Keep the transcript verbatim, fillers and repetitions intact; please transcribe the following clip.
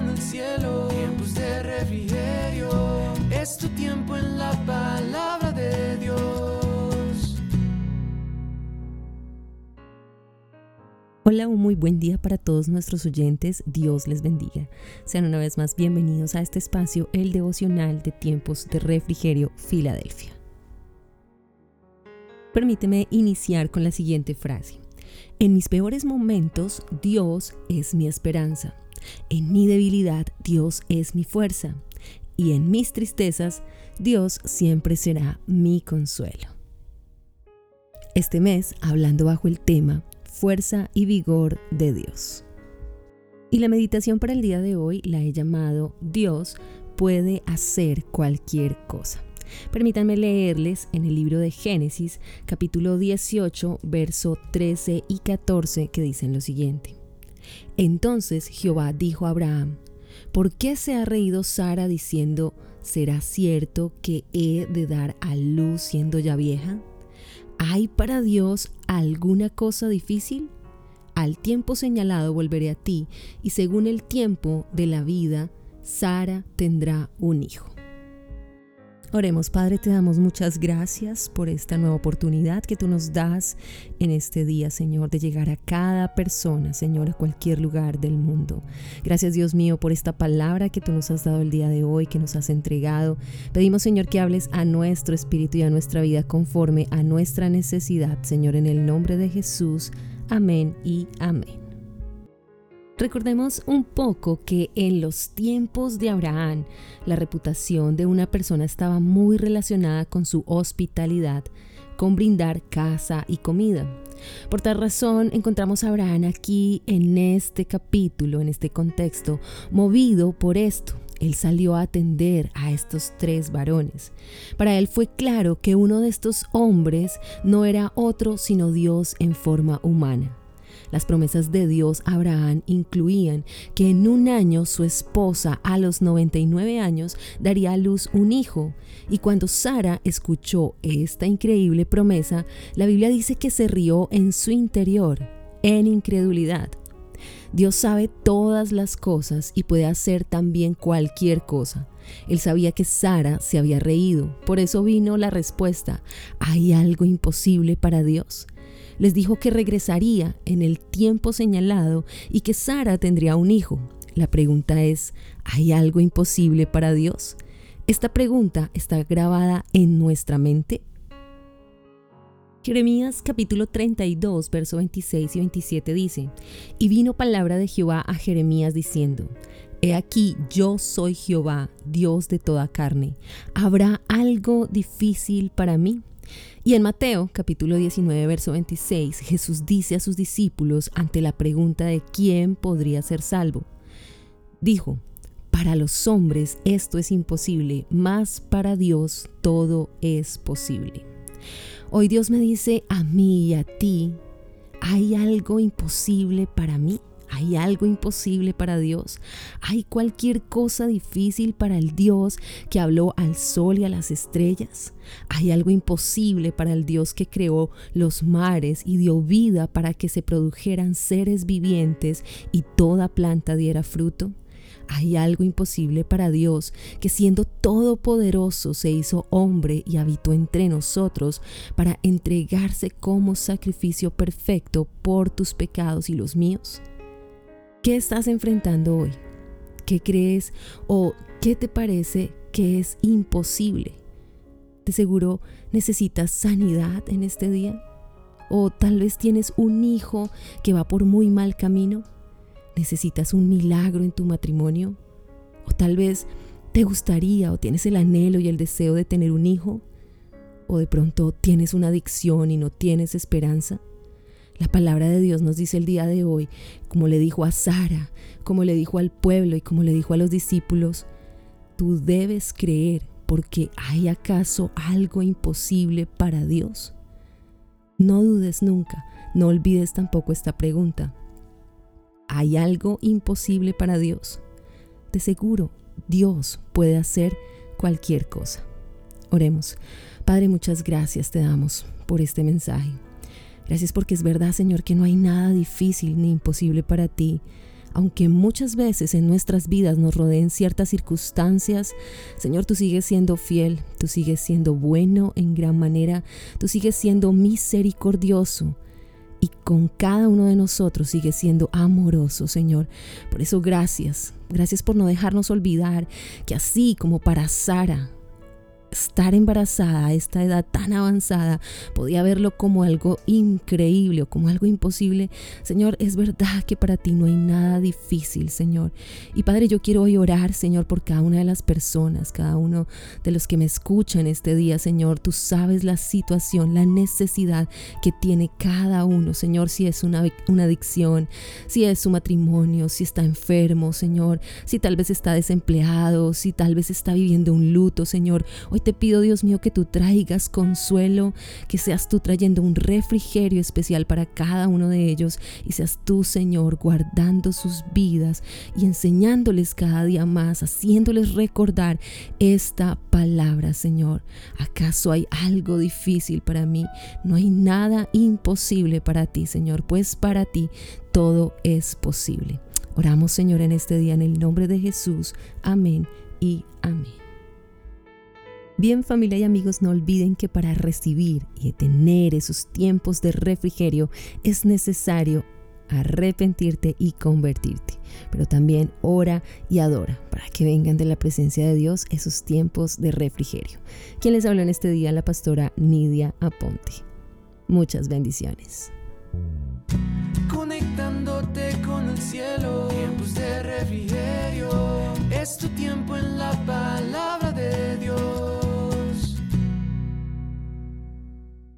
el cielo. Tiempos de refrigerio, es tu tiempo en la palabra de Dios. Hola, un muy buen día para todos nuestros oyentes, Dios les bendiga. Sean una vez más bienvenidos a este espacio, el devocional de Tiempos de Refrigerio, Filadelfia. Permíteme iniciar con la siguiente frase. En mis peores momentos, Dios es mi esperanza. En mi debilidad, Dios es mi fuerza. Y en mis tristezas, Dios siempre será mi consuelo. Este mes, hablando bajo el tema Fuerza y vigor de Dios. Y la meditación para el día de hoy la he llamado Dios puede hacer cualquier cosa. Permítanme leerles en el libro de Génesis, capítulo dieciocho, verso trece y catorce, que dicen lo siguiente. Entonces Jehová dijo a Abraham, ¿por qué se ha reído Sara diciendo, ¿será cierto que he de dar a luz siendo ya vieja? ¿Hay para Dios alguna cosa difícil? Al tiempo señalado volveré a ti, y según el tiempo de la vida, Sara tendrá un hijo. Oremos, Padre, te damos muchas gracias por esta nueva oportunidad que tú nos das en este día, Señor, de llegar a cada persona, Señor, a cualquier lugar del mundo. Gracias, Dios mío, por esta palabra que tú nos has dado el día de hoy, que nos has entregado. Pedimos, Señor, que hables a nuestro espíritu y a nuestra vida conforme a nuestra necesidad, Señor, en el nombre de Jesús. Amén y amén. Recordemos un poco que en los tiempos de Abraham, la reputación de una persona estaba muy relacionada con su hospitalidad, con brindar casa y comida. Por tal razón, encontramos a Abraham aquí en este capítulo, en este contexto, movido por esto. Él salió a atender a estos tres varones. Para él fue claro que uno de estos hombres no era otro sino Dios en forma humana. Las promesas de Dios a Abraham incluían que en un año su esposa a los noventa y nueve años daría a luz un hijo. Y cuando Sara escuchó esta increíble promesa, la Biblia dice que se rió en su interior, en incredulidad. Dios sabe todas las cosas y puede hacer también cualquier cosa. Él sabía que Sara se había reído, por eso vino la respuesta: ¿hay algo imposible para Dios? Les dijo que regresaría en el tiempo señalado y que Sara tendría un hijo. La pregunta es, ¿hay algo imposible para Dios? Esta pregunta está grabada en nuestra mente. Jeremías capítulo treinta y dos, versos veintiséis y veintisiete dice, y vino palabra de Jehová a Jeremías diciendo, he aquí yo soy Jehová, Dios de toda carne. ¿Habrá algo difícil para mí? Y en Mateo capítulo diecinueve, verso veintiséis, Jesús dice a sus discípulos ante la pregunta de quién podría ser salvo. Dijo, para los hombres esto es imposible, mas para Dios todo es posible. Hoy Dios me dice a mí y a ti, ¿hay algo imposible para mí? ¿Hay algo imposible para Dios? ¿Hay cualquier cosa difícil para el Dios que habló al sol y a las estrellas? ¿Hay algo imposible para el Dios que creó los mares y dio vida para que se produjeran seres vivientes y toda planta diera fruto? ¿Hay algo imposible para Dios que siendo todopoderoso se hizo hombre y habitó entre nosotros para entregarse como sacrificio perfecto por tus pecados y los míos? ¿Qué estás enfrentando hoy? ¿Qué crees o qué te parece que es imposible? ¿De seguro necesitas sanidad en este día? ¿O tal vez tienes un hijo que va por muy mal camino? ¿Necesitas un milagro en tu matrimonio? ¿O tal vez te gustaría o tienes el anhelo y el deseo de tener un hijo? ¿O de pronto tienes una adicción y no tienes esperanza? La palabra de Dios nos dice el día de hoy, como le dijo a Sara, como le dijo al pueblo y como le dijo a los discípulos, tú debes creer porque ¿hay acaso algo imposible para Dios? No dudes nunca, no olvides tampoco esta pregunta. ¿Hay algo imposible para Dios? De seguro, Dios puede hacer cualquier cosa. Oremos. Padre, muchas gracias te damos por este mensaje. Gracias porque es verdad, Señor, que no hay nada difícil ni imposible para ti. Aunque muchas veces en nuestras vidas nos rodeen ciertas circunstancias, Señor, tú sigues siendo fiel, tú sigues siendo bueno en gran manera, tú sigues siendo misericordioso y con cada uno de nosotros sigues siendo amoroso, Señor. Por eso gracias, gracias por no dejarnos olvidar que así como para Sara, estar embarazada a esta edad tan avanzada podía verlo como algo increíble o como algo imposible. Señor, es verdad que para ti no hay nada difícil, Señor. Y Padre, yo quiero hoy orar, Señor, por cada una de las personas, cada uno de los que me escuchan este día, Señor. Tú sabes la situación, la necesidad que tiene cada uno, Señor, si es una, una adicción, si es su matrimonio, si está enfermo, Señor, si tal vez está desempleado, si tal vez está viviendo un luto, Señor. Hoy te pido, Dios mío, que tú traigas consuelo, que seas tú trayendo un refrigerio especial para cada uno de ellos y seas tú, Señor, guardando sus vidas y enseñándoles cada día más, haciéndoles recordar esta palabra, Señor. ¿Acaso hay algo difícil para mí? No hay nada imposible para ti, Señor, pues para ti todo es posible. Oramos, Señor, en este día en el nombre de Jesús. Amén y amén. Bien, familia y amigos, no olviden que para recibir y tener esos tiempos de refrigerio es necesario arrepentirte y convertirte, pero también ora y adora para que vengan de la presencia de Dios esos tiempos de refrigerio. Quien les habló en este día, la pastora Nidia Aponte. Muchas bendiciones. Conectándote con el cielo, tiempos de refrigerio, es tu tiempo en la palabra.